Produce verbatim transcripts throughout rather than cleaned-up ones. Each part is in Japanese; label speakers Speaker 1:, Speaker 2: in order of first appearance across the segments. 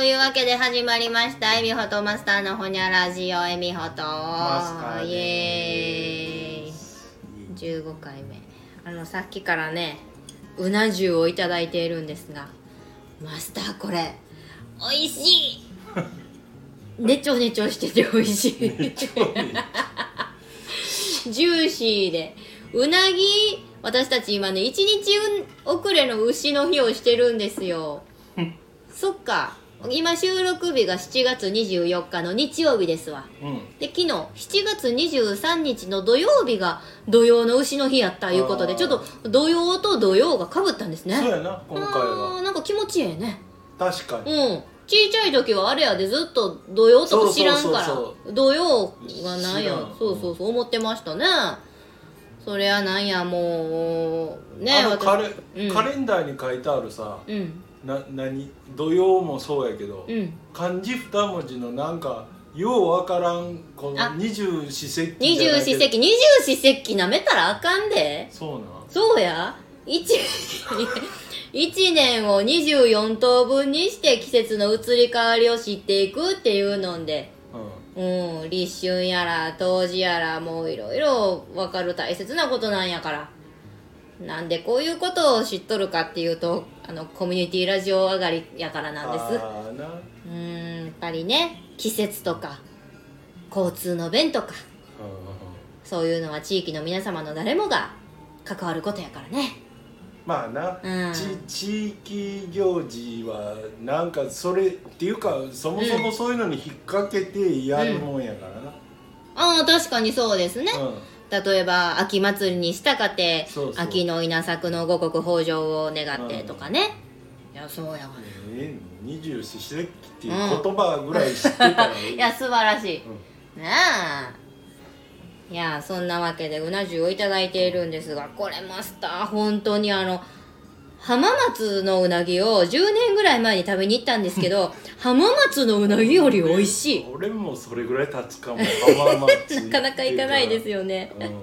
Speaker 1: いうわけで始まりましたえみほとマスターのほにゃラジオえみほと
Speaker 2: マスター
Speaker 1: イエーイじゅうごかいめ。あのさっきからねうな重をいただいているんですが、マスターこれおいしいねちょねちょしてておいしいジューシーでうなぎ、私たち今ねいちにち遅れの牛の日をしてるんですよそっか、今収録日がしちがつにじゅうよっかの日曜日ですわ、うん、で昨日しちがつにじゅうさんにちの土曜日が土曜の牛の日やったいうことで、ちょっと土曜と土曜がかぶったんですね。
Speaker 2: そうやな、今回は
Speaker 1: なんか気持ちええね。
Speaker 2: 確かに。
Speaker 1: うんちいちゃい時はあれやで、ずっと土曜とか知らんから土曜がなんや、そうそうそう思ってましたね。そりゃなんやもうね、
Speaker 2: あのカレ、うん、カレンダーに書いてあるさ、うん、な何土曜もそうやけど、うん、漢字二文字のなんかようわからんこの二十四節気
Speaker 1: 二十四節気二十四節気なめたらあかんで。
Speaker 2: そうなん
Speaker 1: そうや一一年をにじゅうよんとうぶんにして季節の移り変わりを知っていくっていうので、うん、うん、立春やら冬至やらもういろいろ分かる大切なことなんやから。なんでこういうことを知っとるかっていうと、あのコミュニティラジオ上がりやからなんです。
Speaker 2: あな
Speaker 1: うんやっぱりね、季節とか交通の便とか、そういうのは地域の皆様の誰もが関わることやからね。
Speaker 2: まあな、うん、地域行事はなんかそれっていうかそもそもそういうのに引っ掛けてやるもんやからな、うんうん、
Speaker 1: ああ確かにそうですね、うん、例えば秋祭りにしたかて、そうそう秋の稲作の五穀豊穣を願ってとかね、うん、いやそうやわね、
Speaker 2: えー、二十四節気っていう言葉ぐらい知ってたらいい、
Speaker 1: うん、いや素晴らしい、うん、ねえ。いやそんなわけでうな重をいただいているんですが、これマスター本当にあの浜松のうなぎをじゅうねんぐらい前に食べに行ったんですけど浜松のうなぎより美味しい。
Speaker 2: 俺もそれぐらい経つかも浜松
Speaker 1: なかなか行かないですよね、うん、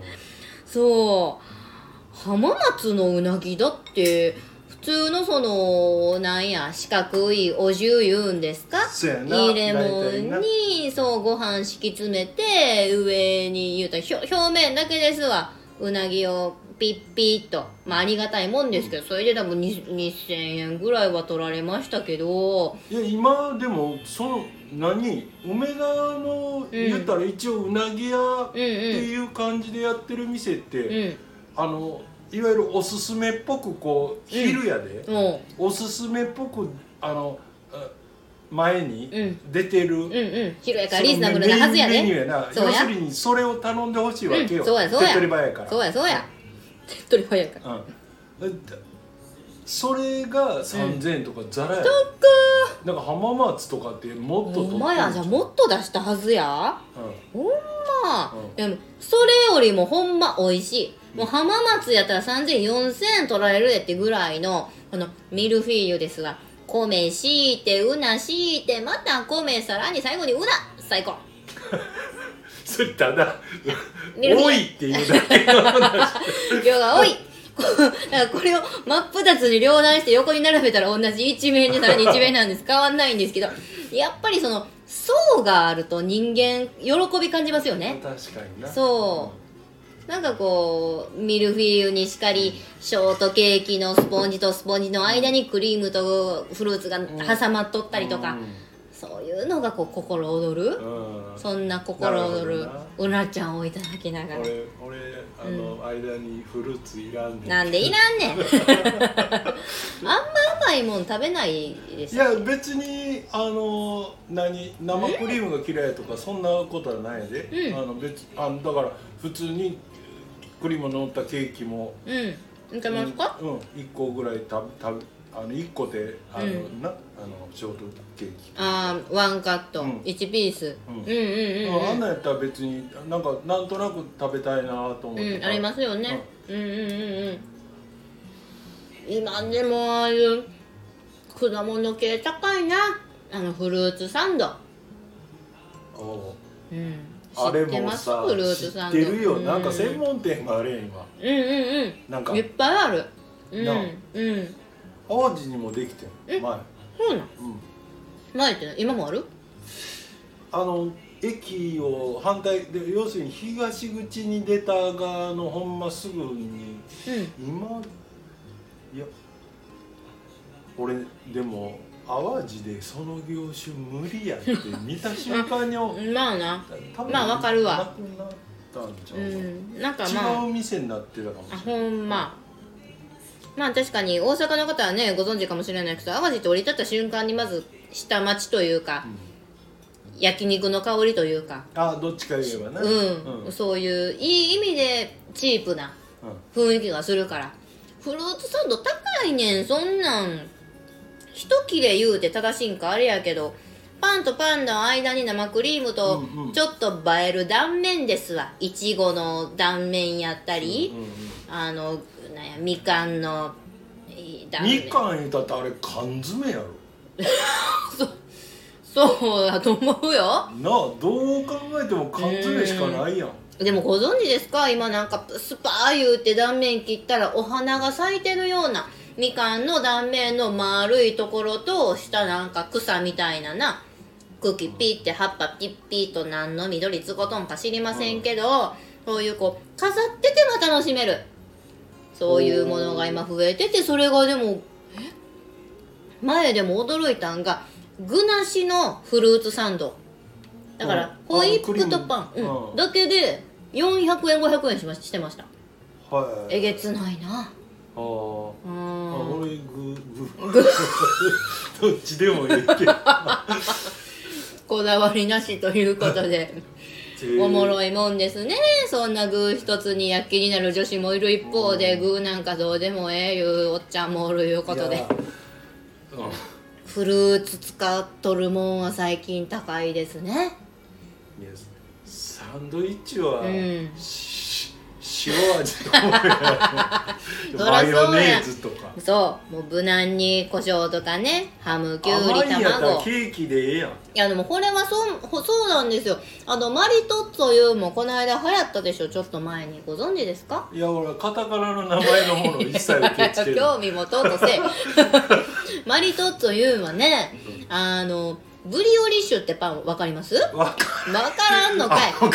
Speaker 1: そう浜松のうなぎだって普通のそのなんや四角いお重言うんですか、入れ物にそうご飯敷き詰めて上に言うたら表表面だけですわ、うなぎをピッピッと、まあありがたいもんですけど、それで多分にせんえんぐらいは取られましたけど、
Speaker 2: いや今でもその何梅田の、うん、言ったら一応うなぎ屋っていう感じでやってる店って、うんうん、あのいわゆるおすすめっぽくこう昼やで、うん、おすすめっぽくあの前に出てる、うんうんうん、
Speaker 1: 昼やからリーズナブルなはずやで、
Speaker 2: メニューやな。要するにそれを頼んでほしいわけよ、
Speaker 1: うん、そうやそうや
Speaker 2: 手っ取り早いから、
Speaker 1: そうやそうや手っ取り早いから、うん、
Speaker 2: それがさんぜんえんとかザラや、うん、なんか浜松とかってもっと取ってる。
Speaker 1: ほんまや、じゃあもっと出したはずや、うん、ほんま、うん、でもそれよりもほんま美味しい。もう浜松やったらさんぜんよんせんえん取られるでってぐらいのこのミルフィーユですが、米敷いてうな敷いてまた米さらに最後にうな、最高
Speaker 2: それただ多いっていうだけの話
Speaker 1: 量が多いだからこれを真っ二つに両断して横に並べたら同じ一面でさらに一面なんです。変わんないんですけど、やっぱりその層があると人間喜び感じますよね。
Speaker 2: 確かにな。
Speaker 1: そうなんかこうミルフィーユにしかりショートケーキのスポンジとスポンジの間にクリームとフルーツが挟まっとったりとか、うん、そういうのがこう心躍る、うん、そんな心躍るうなちゃんをいただきながら、
Speaker 2: 俺、俺あの、うん、間にフルーツいらんねん。
Speaker 1: なんでいらんねんあんまうまいもん食べないです
Speaker 2: よ。いや別にあの何生クリームが嫌いとかそんなことはないで、うん、あの別あのだから普通にクリームの乗ったケーキも
Speaker 1: うんいけますか？
Speaker 2: うん、うん、いっこぐらい食べ食べあのいっこであの、うん、なあのショートケーキ
Speaker 1: ああワンカット、うん、いちピース、うん、うんうんうんうん
Speaker 2: あんなんやったら別になんかなんとなく食べたいなと思って、
Speaker 1: うん、ありますよね、うん、うんうんうんうん今でもああいう果物系高いな、あのフルーツサンド
Speaker 2: おう、
Speaker 1: うん
Speaker 2: あれもさ
Speaker 1: フルーツサンド
Speaker 2: 知ってるよ、うん、なんか専門店があれ今
Speaker 1: うんうんうん
Speaker 2: なんか
Speaker 1: いっぱいあるうんうん
Speaker 2: 淡路にもできてる前
Speaker 1: そうなん、うん、 前って今もある？
Speaker 2: あの駅を反対で、要するに東口に出た側のほんますぐに、うん、今いや俺でも淡路でその業種無理やって見た瞬間に
Speaker 1: まあな、まあわかるわ。
Speaker 2: なくなったんちゃうか、うん、
Speaker 1: なんかまあ
Speaker 2: 違う店になってたかもしれない。
Speaker 1: ほんままあ確かに大阪の方はねご存知かもしれないけど、淡路って降り立った瞬間にまず下町というか、うん、焼肉の香りというか、
Speaker 2: あどっちか言えばね、
Speaker 1: うん、うん、そういういい意味でチープな雰囲気がするから、フルーツサンド高いねん。そんなん一切れ言うて正しいんかあれやけど、パンとパンの間に生クリームとちょっと映える断面ですわ。いちごの断面やったり、うんうんうん、あのなんやみかんの
Speaker 2: 断面。みかん言うたってあれ缶詰やろ
Speaker 1: そ, そうやと思うよなあ。
Speaker 2: どう考えても缶詰しかないやん。
Speaker 1: でもご存知ですか、今なんかスパー言うて断面切ったらお花が咲いてるようなみかんの断面の丸いところと下なんか草みたいなな茎ピッて葉っぱピッピッと何の緑つごとんか知りませんけど、うん、そういうこう飾ってても楽しめるそういうものが今増えてて、それがでも前でも驚いたんが具なしのフルーツサンドだから、うん、ホイップとパン、うん、だけでよんひゃくえんごひゃくえんしましてました。はい、えげつないな。ああ、
Speaker 2: 俺ググどっちでもいいけど
Speaker 1: こだわりなしということでおもろいもんですね。そんな具一つに躍起になる女子もいる一方で、具なんかどうでもええいうおっちゃんもおるいうことで、うん、フルーツ使っとるもんは最近高いですね。
Speaker 2: いやサンドイッチは、うん、塩味とかマヨネーズとか
Speaker 1: そうもう無難に胡椒とかねハムきゅうり卵
Speaker 2: 甘いやったらケーキでええやん。い
Speaker 1: やでもこれはそうそうなんですよ。あのマリトッツォいうもこの間流行ったでしょ、ちょっと前に。ご存知ですか？
Speaker 2: いや俺カタカナの名前のもの一切受け付ける
Speaker 1: 興味持とうとせマリトッツォいうはね、あのブリオリッシュってパン分かります？分からんのかいカタ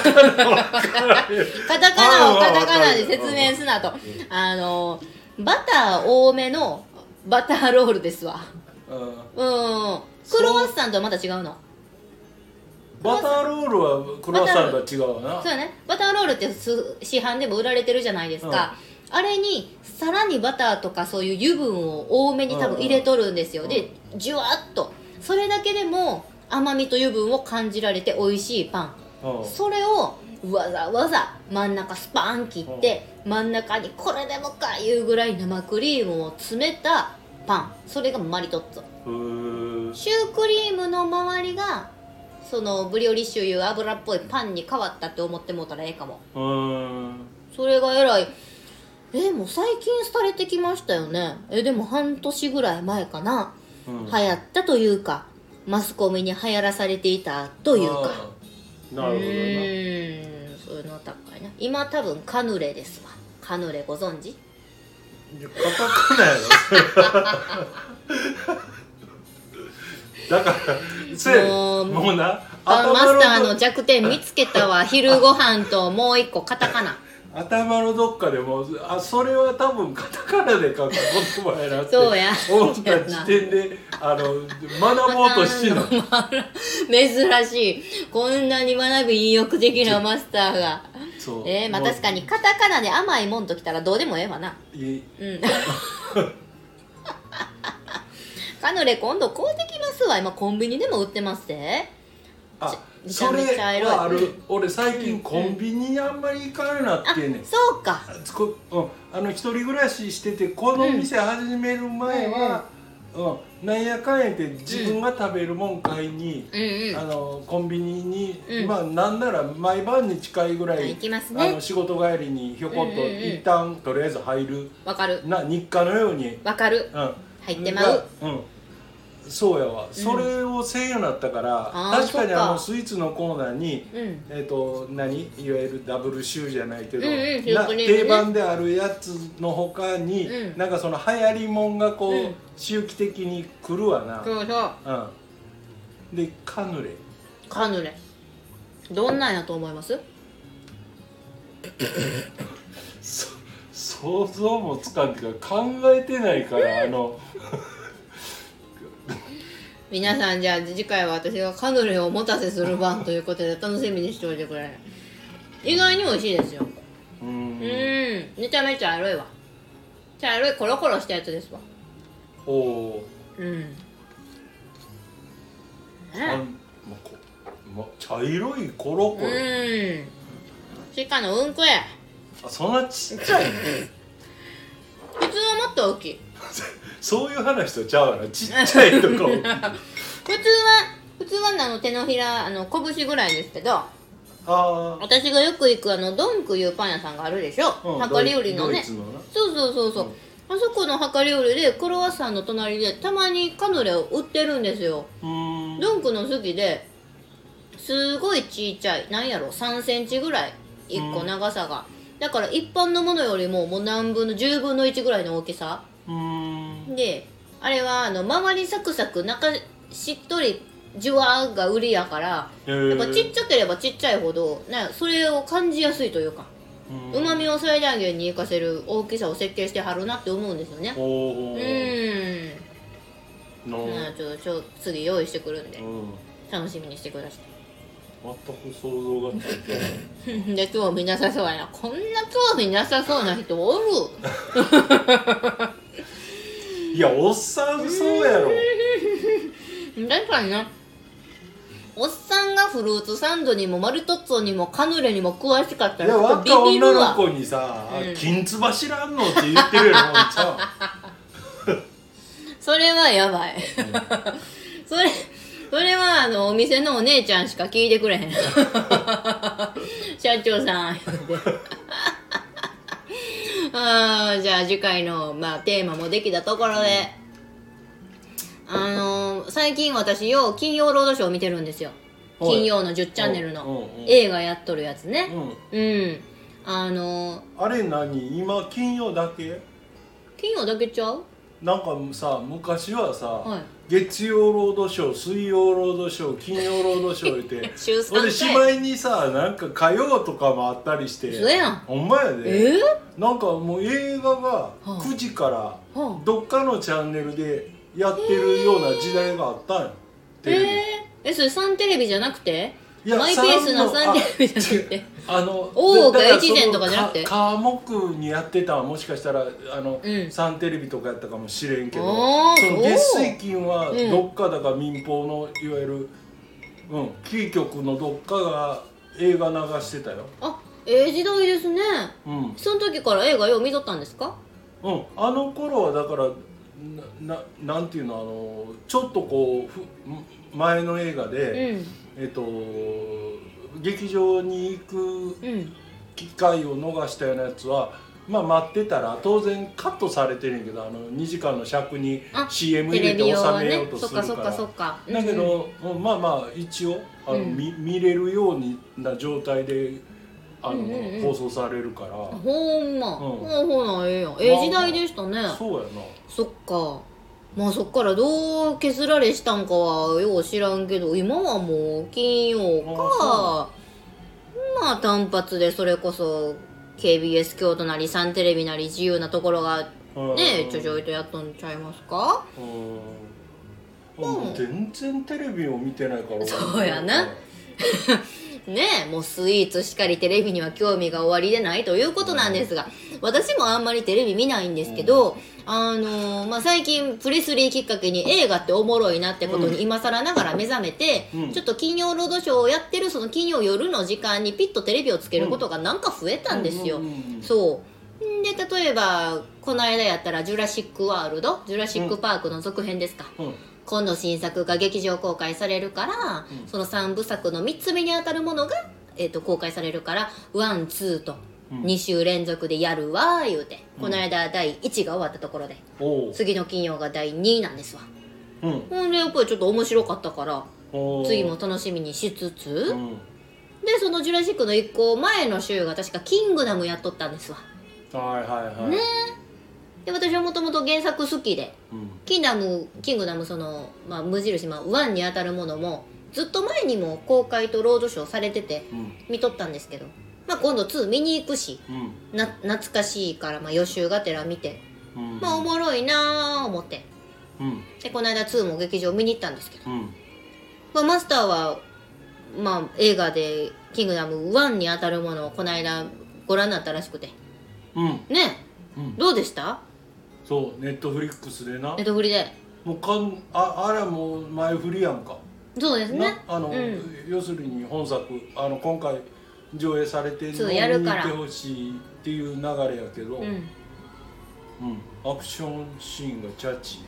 Speaker 1: カナをカタカナで説明すなと。あのバター多めのバターロールですわ。うんクロワッサンとはまた違うの。
Speaker 2: バターロールはクロワッサンとは違うわな。
Speaker 1: そうね、バターロールって市販でも売られてるじゃないですか、うん、あれにさらにバターとかそういう油分を多めに多分入れとるんですよ、うん、でジュワッとそれだけでも甘みと油分を感じられて美味しいパン、うん、それをわざわざ真ん中スパン切って、うん、真ん中にこれでもかいうぐらい生クリームを詰めたパン、それがマリトッツォ。シュークリームの周りがそのブリオリッシュいう油っぽいパンに変わったって思ってもうたらええかも。それがえらいえもう最近廃れてきましたよね。えでも半年ぐらい前かな、うん、流行ったというかマスコミに流行らされていたというか。
Speaker 2: なるほどな。う
Speaker 1: ーんそういうの高いな。今多分カヌレですわ。カヌレご存知？
Speaker 2: カタカナやろだからそれもうもうな
Speaker 1: パンマスターの弱点見つけたわ昼ご飯ともう一個カタカナ
Speaker 2: 頭のどっかでもあそれは多分カタカナで書く言葉やなって
Speaker 1: そうや
Speaker 2: 思った時点であの学ぼうとしてる
Speaker 1: 珍しいこんなに学び意欲的なマスターがそうえー、まあ確かにカタカナで甘いもんときたらどうでもええわな。いうんカヌレ今度買うてきますわ。今コンビニでも売ってますで。
Speaker 2: あそれはある、うん、俺最近コンビニあんまり行かないなってね、うん、
Speaker 1: そうか、
Speaker 2: うん、あの一人暮らししててこの店始める前は、うんうんうん、なんやかんやって自分が食べるもん買いに、うん、あのコンビニに、うん、まあなんなら毎晩に近いぐらい、
Speaker 1: 行きますね、
Speaker 2: あの仕事帰りにひょこっと一旦とりあえず入る、
Speaker 1: わかる
Speaker 2: な日課のように
Speaker 1: わかる、うん、入ってまう、
Speaker 2: うんそうやわ、うん、それをせんようになったから確かにあのスイーツのコーナーに、うん、えっと何いわゆるダブルシューじゃないけど、うんうんなね、定番であるやつのほかに、うん、なんかその流行りもんがこう、うん、周期的に来るわな、
Speaker 1: そうそう、
Speaker 2: うん、 でカヌレ
Speaker 1: カヌレどんなんやと思います
Speaker 2: そ想像もつかんっていうか考えてないからあの
Speaker 1: 皆さんじゃあ次回は私がカヌレをおもたせする番ということで楽しみにしておいてくれ。意外に美味しいですよ。うんうんめちゃめちゃ茶色いわ。茶色いコロコロしたやつですわ。
Speaker 2: おおうん
Speaker 1: ね
Speaker 2: あまこま茶色いコロコロうん
Speaker 1: 鹿のうんこや。
Speaker 2: あそんなちっちゃい
Speaker 1: 普通はもっと大きい
Speaker 2: そういう話とちゃうわなちっちゃいとか普通は
Speaker 1: 普通はあの手のひらあの拳ぐらいですけど
Speaker 2: あ
Speaker 1: 私がよく行くあのドンクいうパン屋さんがあるでしょ、うん、量り売りのね
Speaker 2: の
Speaker 1: そうそうそうそう、うん、あそこの量り売りでクロワッサンの隣でたまにカヌレを売ってるんですよ。うんドンクの好きですごいちっちゃいなんやろさんセンチぐらいいっこ長さが、うん、だから一般のものよりももう何分のじゅうぶんのいちぐらいの大きさうんであれはあの周りサクサク中しっとりジュワが売りやからやっぱちっちゃければちっちゃいほどなそれを感じやすいというかうまみを最大限に生かせる大きさを設計してはるなって思うんですよね。うんのちょっと次用意してくるんで、うん、楽しみにしてください。
Speaker 2: 全く想像がついてない
Speaker 1: で興味なさそうやな。こんな興味なさそうな人おる
Speaker 2: いやおっさんそうやろ
Speaker 1: 確かになおっさんがフルーツサンドにもマリトッツォにもカヌレにも詳しかったら
Speaker 2: いや若女の子にさ、うん、金つば知らんのって言ってるよもんちゃう
Speaker 1: それはやばい、うん、それそれはあのお店のお姉ちゃんしか聞いてくれへん社長さんあじゃあ次回の、まあ、テーマもできたところで、うん、あのー、最近私よう金曜ロードショー見てるんですよ。金曜のじゅうチャンネルの映画やっとるやつね。うん、うん、あのー、
Speaker 2: あれ何今金曜だけ
Speaker 1: 金曜だけちゃう
Speaker 2: なんかさ昔はさ、はい、月曜ロードショー水曜ロードショー金曜ロードショーって
Speaker 1: 週さん
Speaker 2: でしまいにさなんか火曜とかもあったりして
Speaker 1: そうやん
Speaker 2: ほんまやで、
Speaker 1: えー、
Speaker 2: なんかもう映画がくじからどっかのチャンネルでやってるような時代があったんよ、
Speaker 1: えー、えー、えそれサンテレビじゃなくてマイペースなサンテレビじゃなくて
Speaker 2: あの
Speaker 1: 大岡越前とかじゃなくて
Speaker 2: 科目にやってたはもしかしたらあの、うん、サンテレビとかやったかもしれんけどその月水金はどっかだか民放のいわゆる、うん、キー局のどっかが映画流してたよ。
Speaker 1: あええ時代ですね、うん、その時から映画よう見とったんですか？
Speaker 2: うんあの頃はだからな, ななんていうのあのちょっとこうふ前の映画で、うんえっと、劇場に行く機会を逃したようなやつは、まあ、待ってたら当然カットされてるんやけどあのにじかんの尺に シーエム 入れて収めようとするからだけど、うん、まあまあ一応あの、うん、見, 見れるような状態であの、うんうんうん、放送されるから
Speaker 1: ほんま、うん、ほんほなええやんええ時代でしたね、まあまあ、
Speaker 2: そうやな
Speaker 1: そっかまあそっからどう削られしたんかはよう知らんけど今はもう金曜かまあ単発でそれこそ ケービーエス 京都なりサンテレビなり自由なところがねちょちょいとやっとんちゃいますか。
Speaker 2: うん、うん、全然テレビを見てないから
Speaker 1: そうやなねえもうスイーツしかりテレビには興味がおありでないということなんですが、私もあんまりテレビ見ないんですけど、うん、あのーまあ、最近プレスリーきっかけに映画っておもろいなってことに今更ながら目覚めて、うん、ちょっと金曜ロードショーをやってるその金曜夜の時間にピッとテレビをつけることがなんか増えたんですよ。そうで例えばこの間やったらジュラシックワールドジュラシックパークの続編ですか、うん今度新作が劇場公開されるから、うん、そのさんぶさくのみっつめにあたるものが、えー、と公開されるからワン、ツーとに週連続でやるわー言うて、うん、この間だいいちが終わったところで、うん、次の金曜がだいになんですわ、うん、ほんでやっぱりちょっと面白かったから次も楽しみにしつつ、うん、でそのジュラシックのいっこまえの週が確かキングダムやっとったんですわ。
Speaker 2: はいはいはい
Speaker 1: ねで私はもともと原作好きで、
Speaker 2: うん、
Speaker 1: キングダムキングダムその、まあ、無印、まあ、ワンにあたるものもずっと前にも公開とロードショーされてて、うん、見とったんですけど、まあ、今度ツー見に行くし、うん、な懐かしいから、まあ、予習がてら見て、うん、まあおもろいなあ思って、うん、でこの間ツーも劇場見に行ったんですけど、うん、まあ、マスターは、まあ、映画でキングダムワンにあたるものをこの間ご覧になったらしくて、うん、ね、うん、どうでした？
Speaker 2: そうネットフリックスでな
Speaker 1: ネットフリで
Speaker 2: もうかん あ, あれはもう前振りやんか。
Speaker 1: そうですね、
Speaker 2: あの、うん、要するに本作あの今回上映されてるのを
Speaker 1: 見
Speaker 2: てほしいっていう流れやけど、うん、うん、アクションシーンがチャチ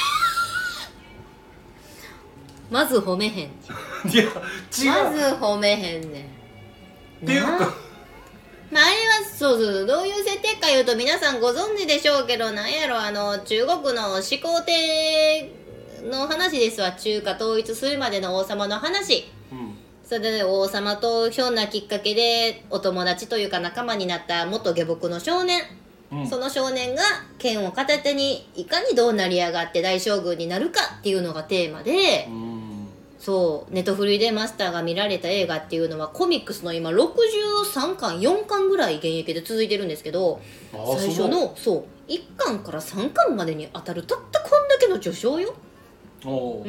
Speaker 1: まず褒めへんいや
Speaker 2: 違う
Speaker 1: まず褒めへんねん
Speaker 2: っていうか
Speaker 1: まあ、あれはそうそうどういう設定か言うと皆さんご存知でしょうけど、なんやろあの中国の始皇帝の話ですわ。中華統一するまでの王様の話、うん、それで、ね、王様とひょんなきっかけでお友達というか仲間になった元下僕の少年、うん、その少年が剣を片手にいかにどう成り上がって大将軍になるかっていうのがテーマで、うん、そうネットフリでマスターが見られた映画っていうのはコミックスの今ろくじゅうさんかんよんかんぐらい現役で続いてるんですけど、最初のそういっかんからさんかんまでに当たるたったこんだけの序章よ。
Speaker 2: おう、うん、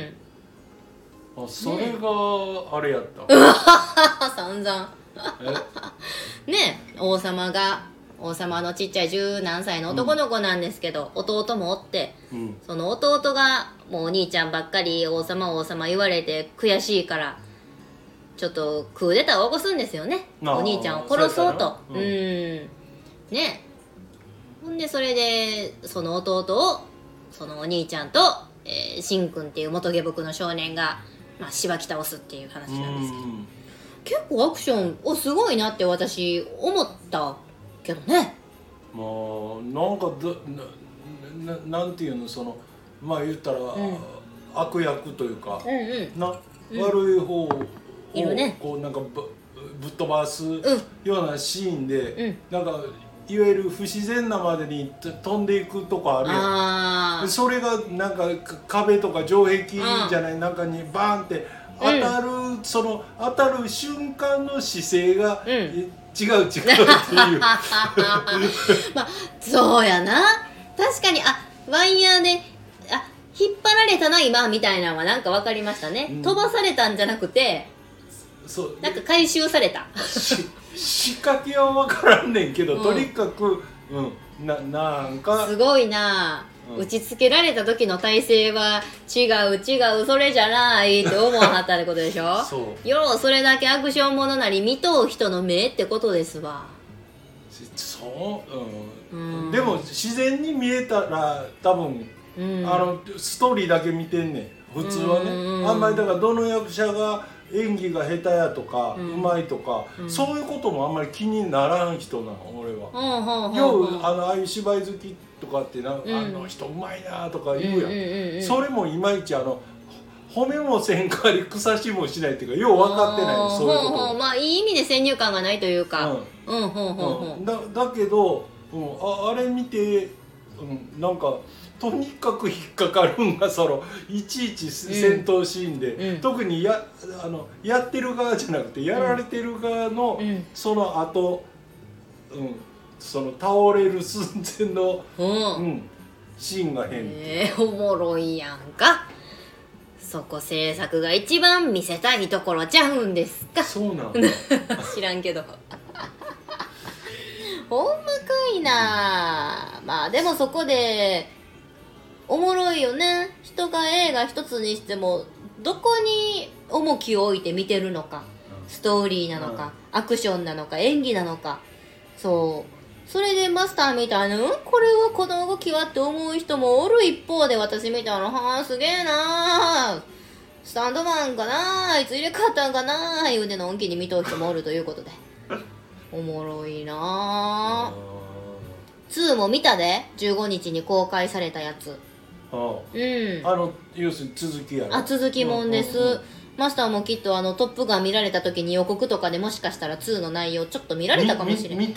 Speaker 2: あそれがあれやった、
Speaker 1: ね、散々ねえ王様が王様のちっちゃい十何歳の男の子なんですけど、うん、弟もおって、うん、その弟がもうお兄ちゃんばっかり王様王様言われて悔しいからちょっとクーデターを起こすんですよね、お兄ちゃんを殺そうと。うん、うんねほんでそれでその弟をそのお兄ちゃんとえー、シンくんっていう元下僕の少年が、まあ、しばき倒すっていう話なんですけど、結構アクションおすごいなって私思ったけどね。
Speaker 2: まあなんかど な, な, なんていうのそのまあ言ったら、うん、悪役というか、うんうん、な悪い方を、
Speaker 1: いるね、
Speaker 2: こうなんか ぶ, ぶっ飛ばすようなシーンで、うん、なんかいわゆる不自然なまでに飛んでいくとこあるやん。それがなんか壁とか城壁じゃないなんかにバーンって当たる、うん、その当たる瞬間の姿勢が、うん、違う違うっていうま
Speaker 1: あそうやな、確かにあワイヤーであ引っ張られたな今みたいなのはなんか分かりましたね、うん、飛ばされたんじゃなくてそうなんか回収された
Speaker 2: 仕掛けは分からんねんけど、うん、とにかく、うん、な, なんか
Speaker 1: すごいな、うん、打ちつけられた時の体勢は違う違うそれじゃないって思わはったってことでしょそうようそれだけアクションものなり見とう人の目ってことですわ。
Speaker 2: そう、うん、でも自然に見えたら多分、うん、あのストーリーだけ見てんねん普通はね、うん、あんまりだからどの役者が演技が下手やとか、うん、うまいとか、うん、そういうこともあんまり気にならん人なの俺は。ようあのああいう芝居好きとかってな、うん、あの人うまいなとか言うやん、うんうんうんうん、それもいまいちあの褒めもせんかり草しもしないっていうかよう分かってないのそういうこと
Speaker 1: ほうほう、まあいい意味で先入観がないというか、うんうんほうほうほう、
Speaker 2: だ, だけど、うん、あ, あれ見て、うん、なんかとにかく引っかかるんがそのいちいち戦闘シーンで、うん、特に や, あのやってる側じゃなくてやられてる側の、うん、その後、うん、その倒れる寸前の、うんうん、シーンが変
Speaker 1: えー、おもろいやんか。そこ制作が一番見せたいところちゃうんですか。
Speaker 2: そうなん
Speaker 1: 知らんけどほんまかいな。まあでもそこでおもろいよね。人が映画一つにしてもどこに重きを置いて見てるのか、ストーリーなのか、アクションなのか、演技なのか。そうそれでマスターみたいな、うん、これはこの動きはって思う人もおる一方で、私みたいな、はあすげえなスタンドマンかなあいつ入れ替わったんかな言うてのんきに見とる人もおるということでおもろいなツーも見たで、じゅうごにちに公開されたやつ。
Speaker 2: ああ、うん、あの要するに続きやろ。
Speaker 1: あ続きもんです、うんうんうん、マスターもきっとあのトップガン見られた時に予告とかでもしかしたらツーの内容ちょっと見られたかもしれない。
Speaker 2: 見てる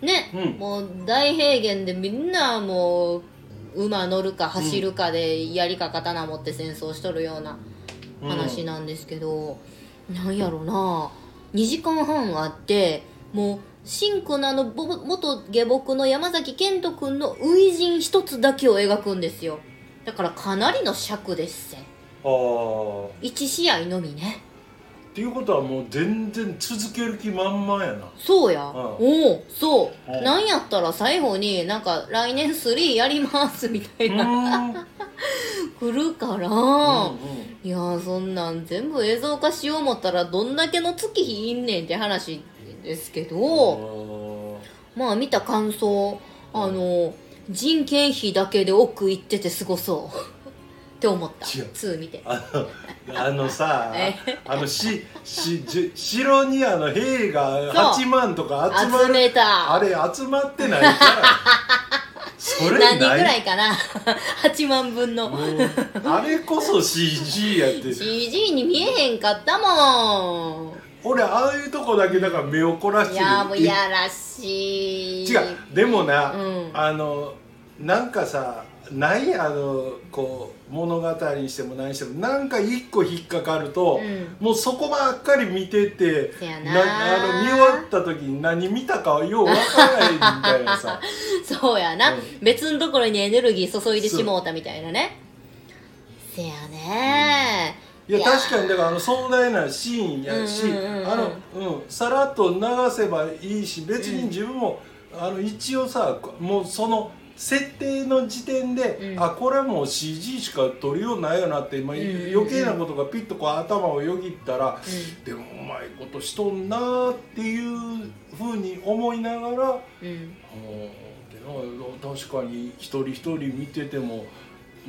Speaker 1: ね、うん、もう大平原でみんなもう馬乗るか走るかで槍か刀持って戦争しとるような話なんですけど、うん、なんやろなにじかんはんあってもうシンくんのあの元下僕の山崎賢人くんの初陣一つだけを描くんですよ。だからかなりの尺ですせん。あいち試合のみね。
Speaker 2: っていうことはもう全然続ける気満々やな。
Speaker 1: そうや、うん、おおそう、うん、なんやったら最後になんか来年スリーやりますみたいな来るから、うんうん、いやそんなん全部映像化しよう思ったらどんだけの月日いんねんって話ですけど、まあ見た感想、あの人件費だけで億いっててすごそうって思った。ツー見て
Speaker 2: あのあのさあのししじ城にあの兵がはちまんとか集まる
Speaker 1: 集めた
Speaker 2: あれ集まってないからそれ
Speaker 1: 何人ぐらいかなはちまんぶんの
Speaker 2: あれこそ シージー やって
Speaker 1: シージー に見えへんかったもん。
Speaker 2: 俺ああいうとこだけだから目を凝らしてる。
Speaker 1: いやもうやらしい。
Speaker 2: 違うでもな、うん、あのなんかさないあのこう物語にしても何してもなんか一個引っかかると、うん、もうそこばっかり見ててなあの見終わった時に何見たかはよう分からないみたいなさ
Speaker 1: そうやな、うん、別のところにエネルギー注いでしもうたみたいなね。せやね、
Speaker 2: うん、いや確かにだからあの壮大なシーンやし、あの、うん、さらっと流せばいいし別に自分も、うん、あの一応さもうその設定の時点で、うん、あこれはもう シージー しか撮りようないよなって今、うんうんうん、余計なことがピッとこう頭をよぎったら、うん、でもうまいことしとんなーっていうふうに思いながら、うん、で確かに一人一人見てても、うん、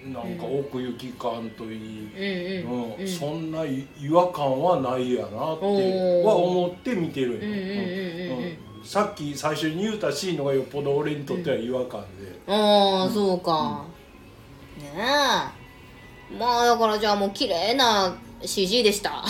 Speaker 2: なんか奥行き感といい、うんうんうんうん、そんな違和感はないやなっては思って見てるよ。さっき最初に言うたシーンのがよっぽど俺にとっては違和感で、
Speaker 1: うん、ああ、うん、そうか、うん、ねえまあだからじゃあもう綺麗な シージー でした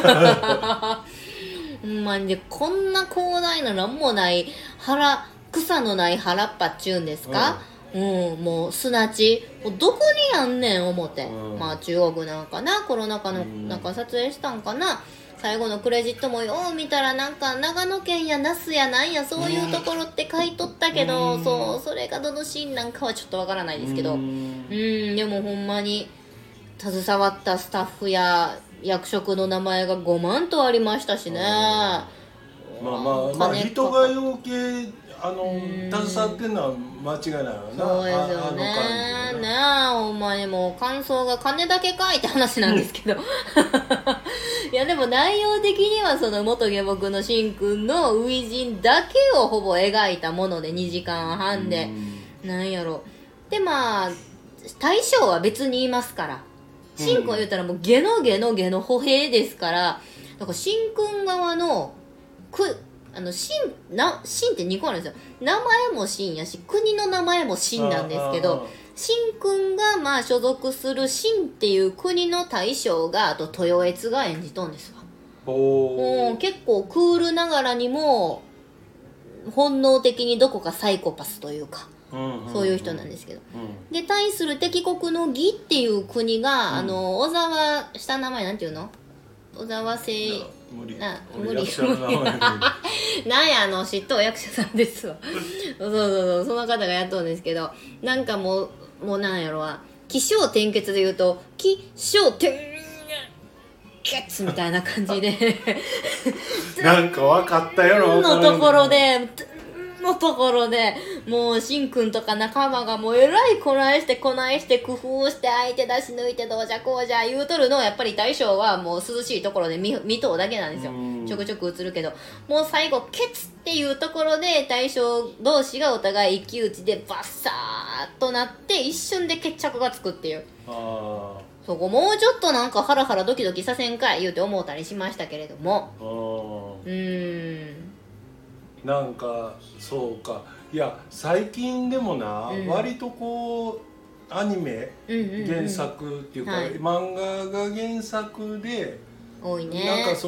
Speaker 1: ほんまにでこんな広大ななんもない腹草のない原っぱっちゅうんですか、うん、うん、もう砂地もうどこにあんねん思って、うん、まあ中国なんかなコロナ禍の中撮影したんかな、最後のクレジットもよう見たらなんか長野県や那須やなんやそういうところって書いとったけど、うん、そうそれがどのシーンなんかはちょっとわからないですけど、うん、うんでもほんまに携わったスタッフや役職の名前がごまんとありましたしね。ま
Speaker 2: あまあまあ人が養鶏あの携わってんのは間違いないわな。
Speaker 1: そうですよね。あねえほんまにもう感想が金だけかいって話なんですけどいやでも内容的にはその元下僕のしんくんの初陣だけをほぼ描いたものでにじかんはんでなんやろでまあ大将は別にいますからしんくんは言うたらもう下の下の下の歩兵ですからだからしんくん側のくあのしんなしんってにこあるんですよ。名前もしんやし国の名前もしんなんですけどしんくんがまあ所属するしんっていう国の大将があと豊悦が演じとんですわ。お結構クールながらにも本能的にどこかサイコパスというか、うんうん、そういう人なんですけど、うん、で対する敵国の魏っていう国が、うん、あの小沢下名前なんていうの小沢聖
Speaker 2: 無理
Speaker 1: な無理なんやあの嫉妬役者さんですわそうそうそうその方がやっとるんですけどなんかもうもうなんやろわ起承転結で言うと起承転結みたいな感じで
Speaker 2: なんか分かったよ
Speaker 1: のところでのところでもうしんくんとか仲間がもうえらいこないしてこないして工夫して相手出し抜いてどうじゃこうじゃ言うとるのをやっぱり大将はもう涼しいところで見見とうだけなんですよ。ちょくちょく映るけどもう最後ケツっていうところで大将同士がお互い一騎打ちでバッサーっとなって一瞬で決着がつくっていうあそこもうちょっとなんかハラハラドキドキさせんかい言うて思ったりしましたけれどもうーん
Speaker 2: なんかそうかいや最近でもな、うん、割とこうアニメ、うんうんうん、原作っていうか、はい、漫画が原作で
Speaker 1: 多いね
Speaker 2: なんかその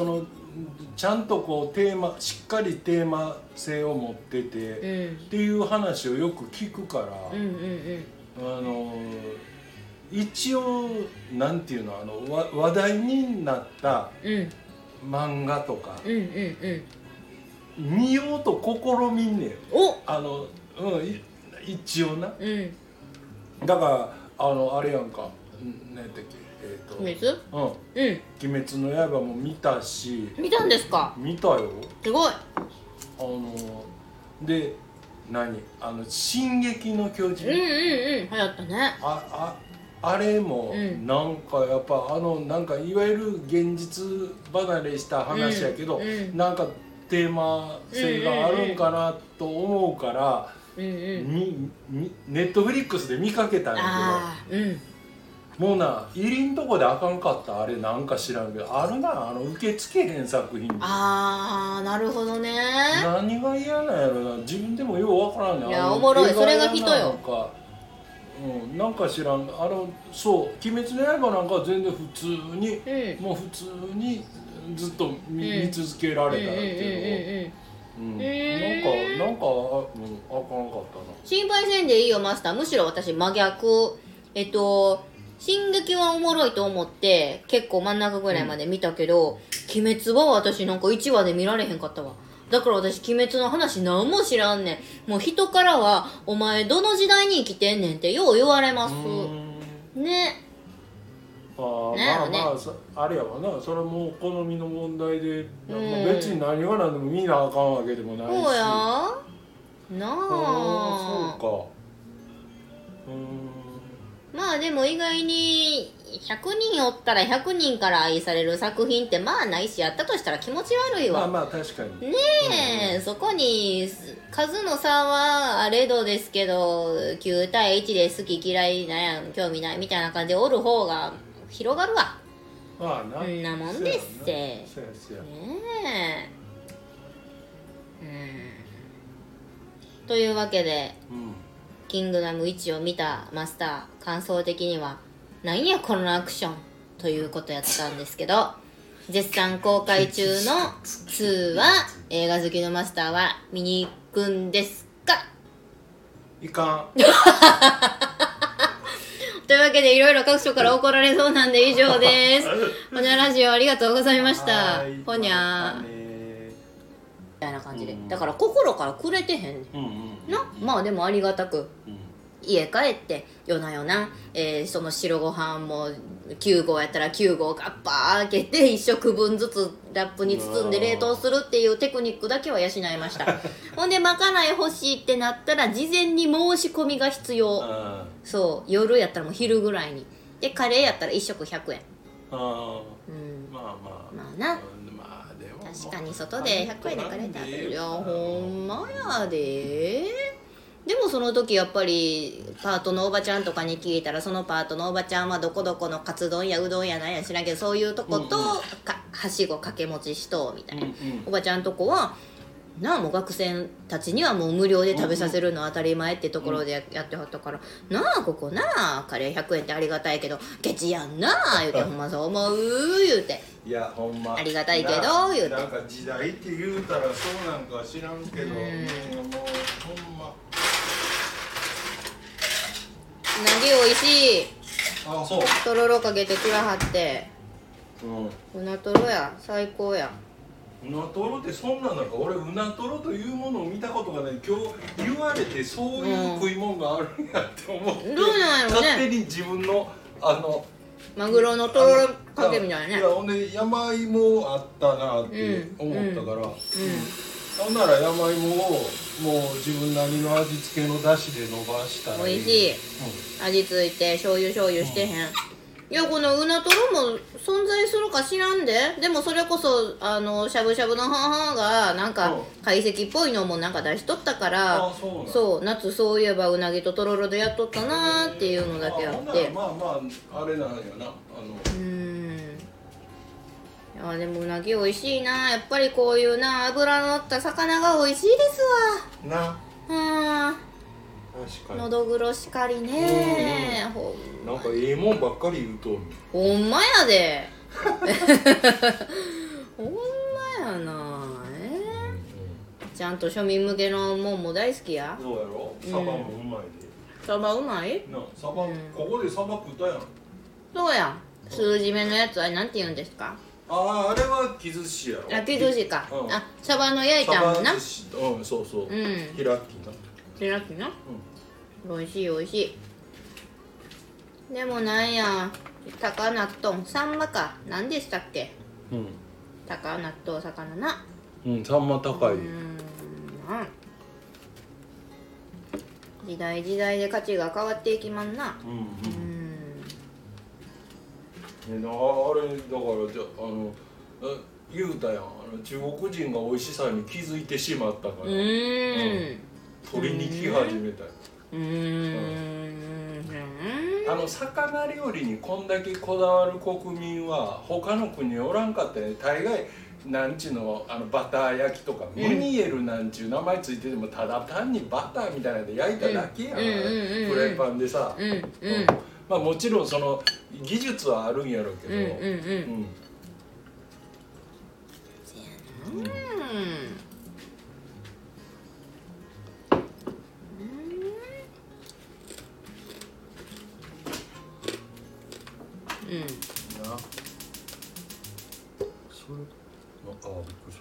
Speaker 2: ちゃんとこうテーマしっかりテーマ性を持ってて、うん、っていう話をよく聞くから、うんうんうん、あの一応なんていうのあのわ話題になった漫画とか、うんうんうん、見ようと試みんねんおあの、うん、一応な、うん、だからあのあれやんか何やったっけえー、と
Speaker 1: 鬼滅？うん、
Speaker 2: うん、鬼滅の刃も見たし。
Speaker 1: 見たんですか？
Speaker 2: 見たよ。
Speaker 1: すごい。あ
Speaker 2: ので何あの進撃の巨人。
Speaker 1: うんうんうん流行ったね。
Speaker 2: あああれもなんかやっぱあのなんかいわゆる現実離れした話やけど、うんうん、なんかテーマ性があるんかなと思うから、うんうん、ネットフリックスで見かけたんやけど。うんもうな入りんとこであかんかったあれなんか知らんけどあるなあの受け付けへん作品
Speaker 1: あーなるほどね
Speaker 2: 何が嫌なんやろな自分でもようわからんねん
Speaker 1: いやおもろいそれが人よ
Speaker 2: なんか、うん、なんか知らんあのそう「鬼滅の刃」なんか全然普通に、うん、もう普通にずっと 見,、うん、見続けられたけどなんかなんか、うん、あかんかったな
Speaker 1: 心配せんでいいよマスターむしろ私真逆えっと進撃はおもろいと思って結構真ん中ぐらいまで見たけど、うん、鬼滅は私なんかいちわで見られへんかったわだから私鬼滅の話何も知らんねんもう人からはお前どの時代に生きてんねんってよう言われますね
Speaker 2: あねまあまああれやわなそれもう好みの問題で、うん、別に何が何でも見なあかんわけでもないし
Speaker 1: そうやなあ
Speaker 2: そうかうん
Speaker 1: まあでも意外にひゃくにんおったらひゃくにんから愛される作品ってまあないしあったとしたら気持ち悪いわ
Speaker 2: まあまあ確かに
Speaker 1: ねえ、うん、そこに数の差はあれどですけどきゅうたいいちで好き嫌いなんや興味ないみたいな感じでおる方が広がるわ
Speaker 2: まあな
Speaker 1: そんなもんですってねえうんというわけで、うんキングダムいちを見たマスター感想的にはなんやこのアクションということやったんですけど絶賛公開中のには映画好きのマスターは見に行くんですか
Speaker 2: いかん
Speaker 1: というわけでいろいろ各所から怒られそうなんで以上ですほにゃラジオありがとうございましたほにゃーみたいな感じでだから心からくれてへんねん、うんうんなまあでもありがたく、うん、家帰って夜な夜な、えー、その白ご飯もきゅうごうやったらきゅうごうガッパー開けていっしょくぶんずつラップに包んで冷凍するっていうテクニックだけは養いましたほんでまかない欲しいってなったら事前に申し込みが必要そう夜やったらもう昼ぐらいにでカレーやったらいっしょくひゃくえんあ、うん、まあまあまあな確かに外でひゃくえんでカレー食べるいやほんまやででもその時やっぱりパートのおばちゃんとかに聞いたらそのパートのおばちゃんはどこどこのカツ丼やうどんやなんや知らんけどそういうとこと、うんうん、かはしご掛け持ちしとみたいな、うんうん、おばちゃんとこはなあもう学生たちにはもう無料で食べさせるの当たり前ってところで や,、やってはったからなあここなあカレーひゃくえんってありがたいけどケチやんなあ言うてほんまそう思う言うて
Speaker 2: いやほんま
Speaker 1: ありがたいけど言うて
Speaker 2: なんか時代って言うたらそうなんか知らんけどもうほんま
Speaker 1: うなぎおいしい
Speaker 2: あそう
Speaker 1: とろろかけてくらはってうんうなとろや最高や
Speaker 2: うなとろってそんなんなんか俺うなとろというものを見たことがない今日言われてそういう食い物があるんやって思って、うん、
Speaker 1: どうなんやろね
Speaker 2: 勝手に自分のあの
Speaker 1: マグロのとろろかけみたいなね
Speaker 2: いやほんで山芋あったなって思ったから、うんうんうん、ほんなら山芋をもう自分なりの味付けのだしで伸ばしたら
Speaker 1: いいおいしい、うん、味付いて醤油醤油してへん、うんいやこのうなとろも存在するか知らんででもそれこそあのしゃぶしゃぶの母がなんか懐石っぽいのもなんか出しとったからそうそう夏そういえばうなぎととろろでやっとったなーっていうのだけあって
Speaker 2: まあまああれなんやなあの
Speaker 1: うんいやでもうなぎ美味しいなやっぱりこういうな脂の乗った魚が美味しいですわなあ
Speaker 2: 確かに
Speaker 1: のどぐろしかりねほ
Speaker 2: んなんかええもんばっかり言うと
Speaker 1: ほんまやでほんまちゃんと庶民向けのもんも大好きや。
Speaker 2: そうやろ。サバもうまいで。
Speaker 1: サバうまい？
Speaker 2: なサバ、うん、ここでサバ食ったやん。
Speaker 1: そうやん。数字目のやつはなんて言うんですか？
Speaker 2: ああ、あれは木寿司やろ。
Speaker 1: あ、木寿司か、うん、あ、サバの焼いたもんな。うん、
Speaker 2: そうそう、うん、開きな
Speaker 1: 開きな、うん、美味しい美味しい。でもなんや高納豆サンマか、何でしたっけ？うん、高納豆魚な。
Speaker 2: うん、サンマ高い。うん、
Speaker 1: 時代時代で価値が変わっていきまんな。うん、うん
Speaker 2: うん、ね、あれだからじゃあの言うたやん、あの中国人が美味しさに気づいてしまったから、うん、うん、取りに来始めたよ。うん、うん、あの魚料理にこんだけこだわる国民は他の国におらんかったね。大概なんちゅうの、あのバター焼きとか、うん、ムニエルなんちゅう名前ついててもただ単にバターみたいなので焼いただけやん、フライパンでさ、うんうん、まあもちろんその技術はあるんやろうけど、うんうんうん、うん、うん、なそれああ、びっくりした。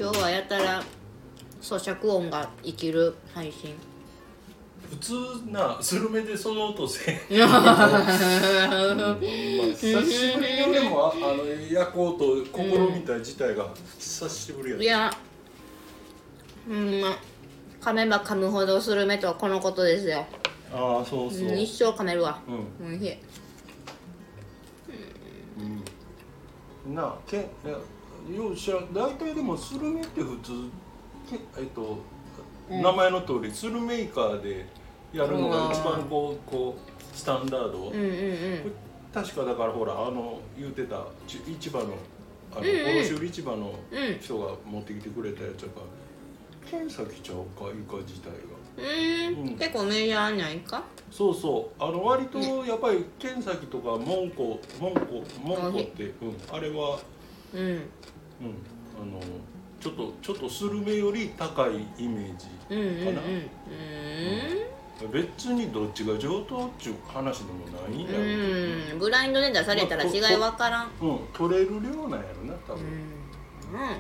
Speaker 1: 今日はやたら咀嚼音が生きる配信。
Speaker 2: 普通なスルメでその音せん、うん、まあ、久しぶりに俺もあの焼こうと試みた自体が久しぶりやった、うん、い
Speaker 1: や、うんま噛めば噛むほどスルメとはこのことですよ。
Speaker 2: ああ、そうそう、
Speaker 1: うん、一生噛めるわ。うん、おいしい。
Speaker 2: うん、なあ、けんよう知らん。大体でもスルメって普通けえっと、うん、名前の通りスルメイカーでやるのが一番こうこうスタンダード。うんうんうん、確かだからほらあの言うてた市場のあの、うんうん、卸売市場の人が持ってきてくれたやつだから、剣先ちゃうかイカ自体が。
Speaker 1: うん、うん、結構メジャーないか。
Speaker 2: そうそう、あの割とやっぱり剣先とかモンコモンコモンコって、うん、あれはうん、うん、あのちょっとちょっとスルメより高いイメージかな。うんうんうん、うん、別にどっちが上等っちゅう話でもないんやろうけど、
Speaker 1: うん、ブラインドで出されたら違い分からん、
Speaker 2: まあ、うん、取れる量なんやろな多分。うん、うん、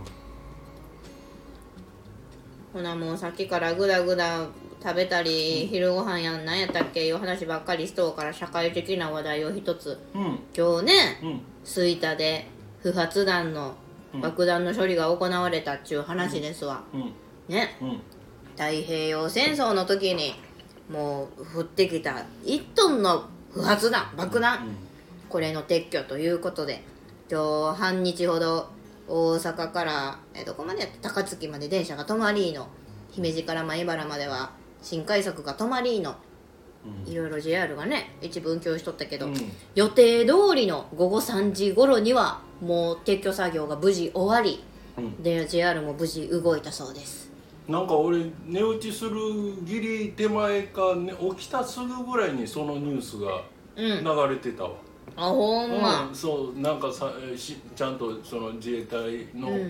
Speaker 1: ほなもうさっきからグダグダ食べたり、うん、昼ご飯やんなんやったっけいう話ばっかりしとうから社会的な話題を一つ、うん、今日ね、うん、吹田で不発弾の爆弾の処理が行われたっちゅう話ですわ、うん、ね、うん、太平洋戦争の時にもう降ってきたいちトンの不発弾爆弾、うん、これの撤去ということで今日半日ほど大阪からえどこまでやって高槻まで電車が止まりーの、姫路から米原までは新快速が止まりーの、うん、いろいろ ジェイアール がね一部運休しとったけど、うん、予定通りの午後さんじ頃にはもう撤去作業が無事終わり、うん、で ジェイアール も無事動いたそうです。
Speaker 2: なんか俺寝落ちするギリ手前か、ね、起きたすぐぐらいにそのニュースが流れてたわ、
Speaker 1: うん、あほんま、
Speaker 2: うん、そうなんかさしちゃんとその自衛隊の、うんうん、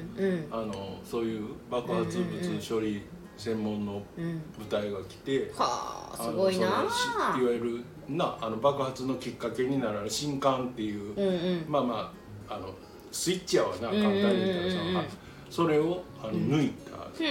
Speaker 2: あのそういう爆発物処理専門の部隊が来て、うんうんうん、はあすごいないわゆるなあの爆発のきっかけになる新管っていう、うんうん、まあまああのスイッチやわな簡単に言ったらさ、うんうん、それをあの抜いた、うん、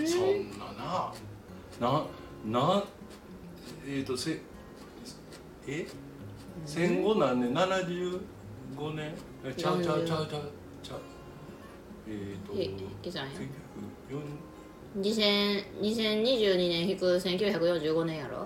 Speaker 2: そんななななえっ、ー、とせえ戦後何年ななじゅうごねんえちゃうちゃうちゃうちゃうちゃうえっ、ー、とえ
Speaker 1: 計算やにせんにじゅうにねん引くせんきゅうひゃくよんじゅうごねんやろ。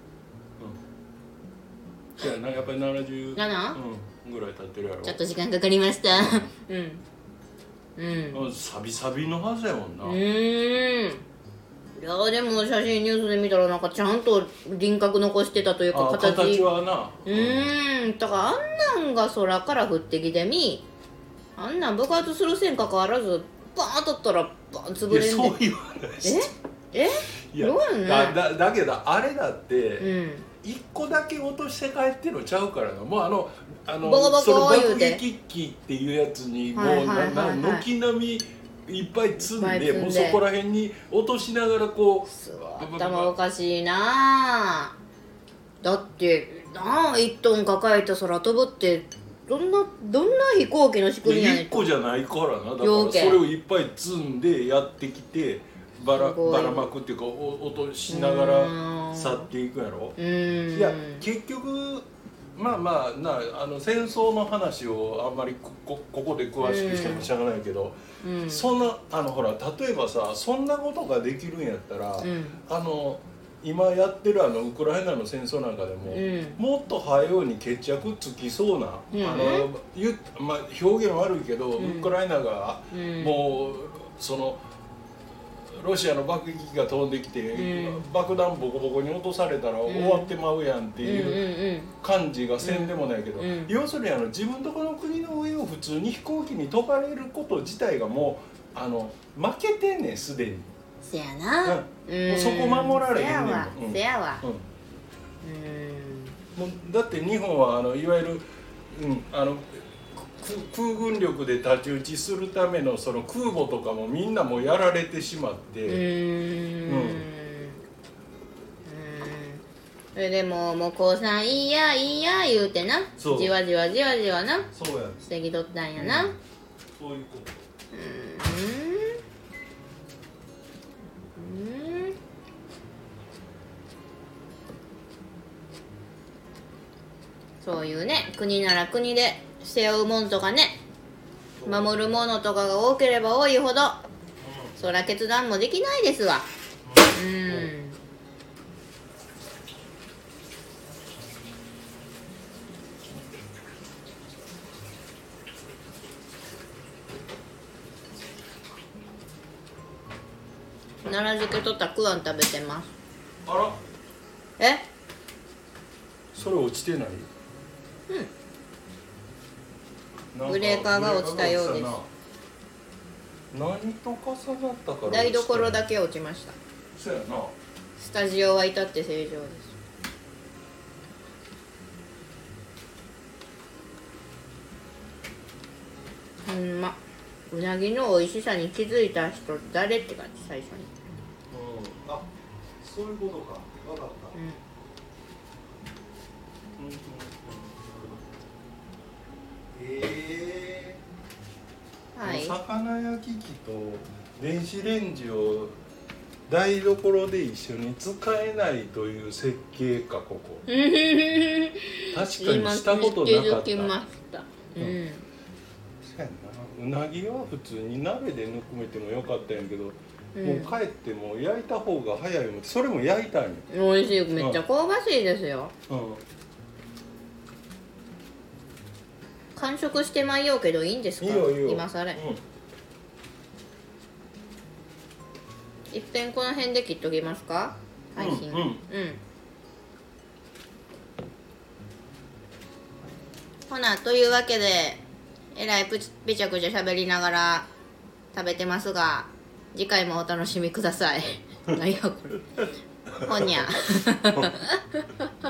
Speaker 2: うんそうやなやっぱりななじゅう、
Speaker 1: なな?
Speaker 2: うんぐらい経ってるやろ。
Speaker 1: ちょっと時間かかりましたうん
Speaker 2: うんサビサビのはずやもんな。うん
Speaker 1: いやでも写真ニュースで見たらなんかちゃんと輪郭残してたというか
Speaker 2: 形形はな
Speaker 1: うんだからあんなんが空から降ってきてみあんなん爆発するせんかかわらずバーンとったらバーン潰れんで。
Speaker 2: そういう話
Speaker 1: ええ
Speaker 2: いやどうやねだ, だ, だけどあれだっていっこだけ落として帰ってのちゃうからな。もうあのあの
Speaker 1: ボコボコ
Speaker 2: その爆撃機っていうやつにもう軒並みいっぱい積んで、もうそこら辺に落としながらこ
Speaker 1: う頭おかしいな。だってなあ、いっトン抱えた空飛ぶってどんなどんな飛行機の仕組みやねん。
Speaker 2: いっこじゃないからな。だからそれをいっぱい積んでやってきてばらばらまくっていうか落としながら去っていくやろ。いや結局まあまあなあの戦争の話をあんまりここここで詳しくしてもしゃあないけど、うん、そんなあのほら例えばさそんなことができるんやったら、うん、あの今やってるあのウクライナの戦争なんかでも、うん、もっと早うに決着つきそうな、うん、あの言、まあ、表現悪いけど、うん、ウクライナがもうその。ロシアの爆撃機が飛んできて、うん、爆弾ボコボコに落とされたら終わってまうやんっていう感じがせんでもないけど、うんうん、要するにあの自分とこの国の上を普通に飛行機に飛ばれること自体がもうあの負けてんねんすでに。
Speaker 1: せやな、
Speaker 2: うん、もうそこ守られへんねん。
Speaker 1: せやわ、
Speaker 2: もうだって日本はあのいわゆる、うん、あの空軍力で太刀打ちするためのその空母とかもみんなもうやられてしまってう
Speaker 1: ーん、うん、それでももう降参いいやいいや言うてなじわじわじわじわな
Speaker 2: そうや
Speaker 1: 防ぎとったんやな、うん、
Speaker 2: そういうこと
Speaker 1: うんうんそういうね国なら国で背負うもんとかね守るものとかが多ければ多いほど、うん、そら決断もできないですわ。うん、うん、奈良漬けとたくあん食べてます。
Speaker 2: あら
Speaker 1: え
Speaker 2: それ落ちてない？
Speaker 1: うんブレーカーが落ちたようです。
Speaker 2: 何と重なったから
Speaker 1: 台所だけ落ちました。
Speaker 2: そうやな。
Speaker 1: スタジオは至って正常です。ほんまうなぎの美味しさに気づいた人誰って感じ最初に。
Speaker 2: うん、あそういうことか分かった。うんうんうんえーはい、魚焼き器と電子レンジを台所で一緒に使えないという設計かここ確かにしたことなかった。気づきました、うん、そうやな。うなぎは普通に鍋でぬくめてもよかったんやけど、うん、もう帰ってもう焼いた方が早いもん。それも焼いたんよ。
Speaker 1: 美味しいめっちゃ香ばしいですよ、うん完食してまいようけどいいんですか？
Speaker 2: いいよいいよ
Speaker 1: 今更、うん、いっぺんこの辺で切っときますか配信。うん、うんうん、ほなというわけでえらいぷちぺちゃくちゃ喋りながら食べてますが次回もお楽しみください何やこれほにゃ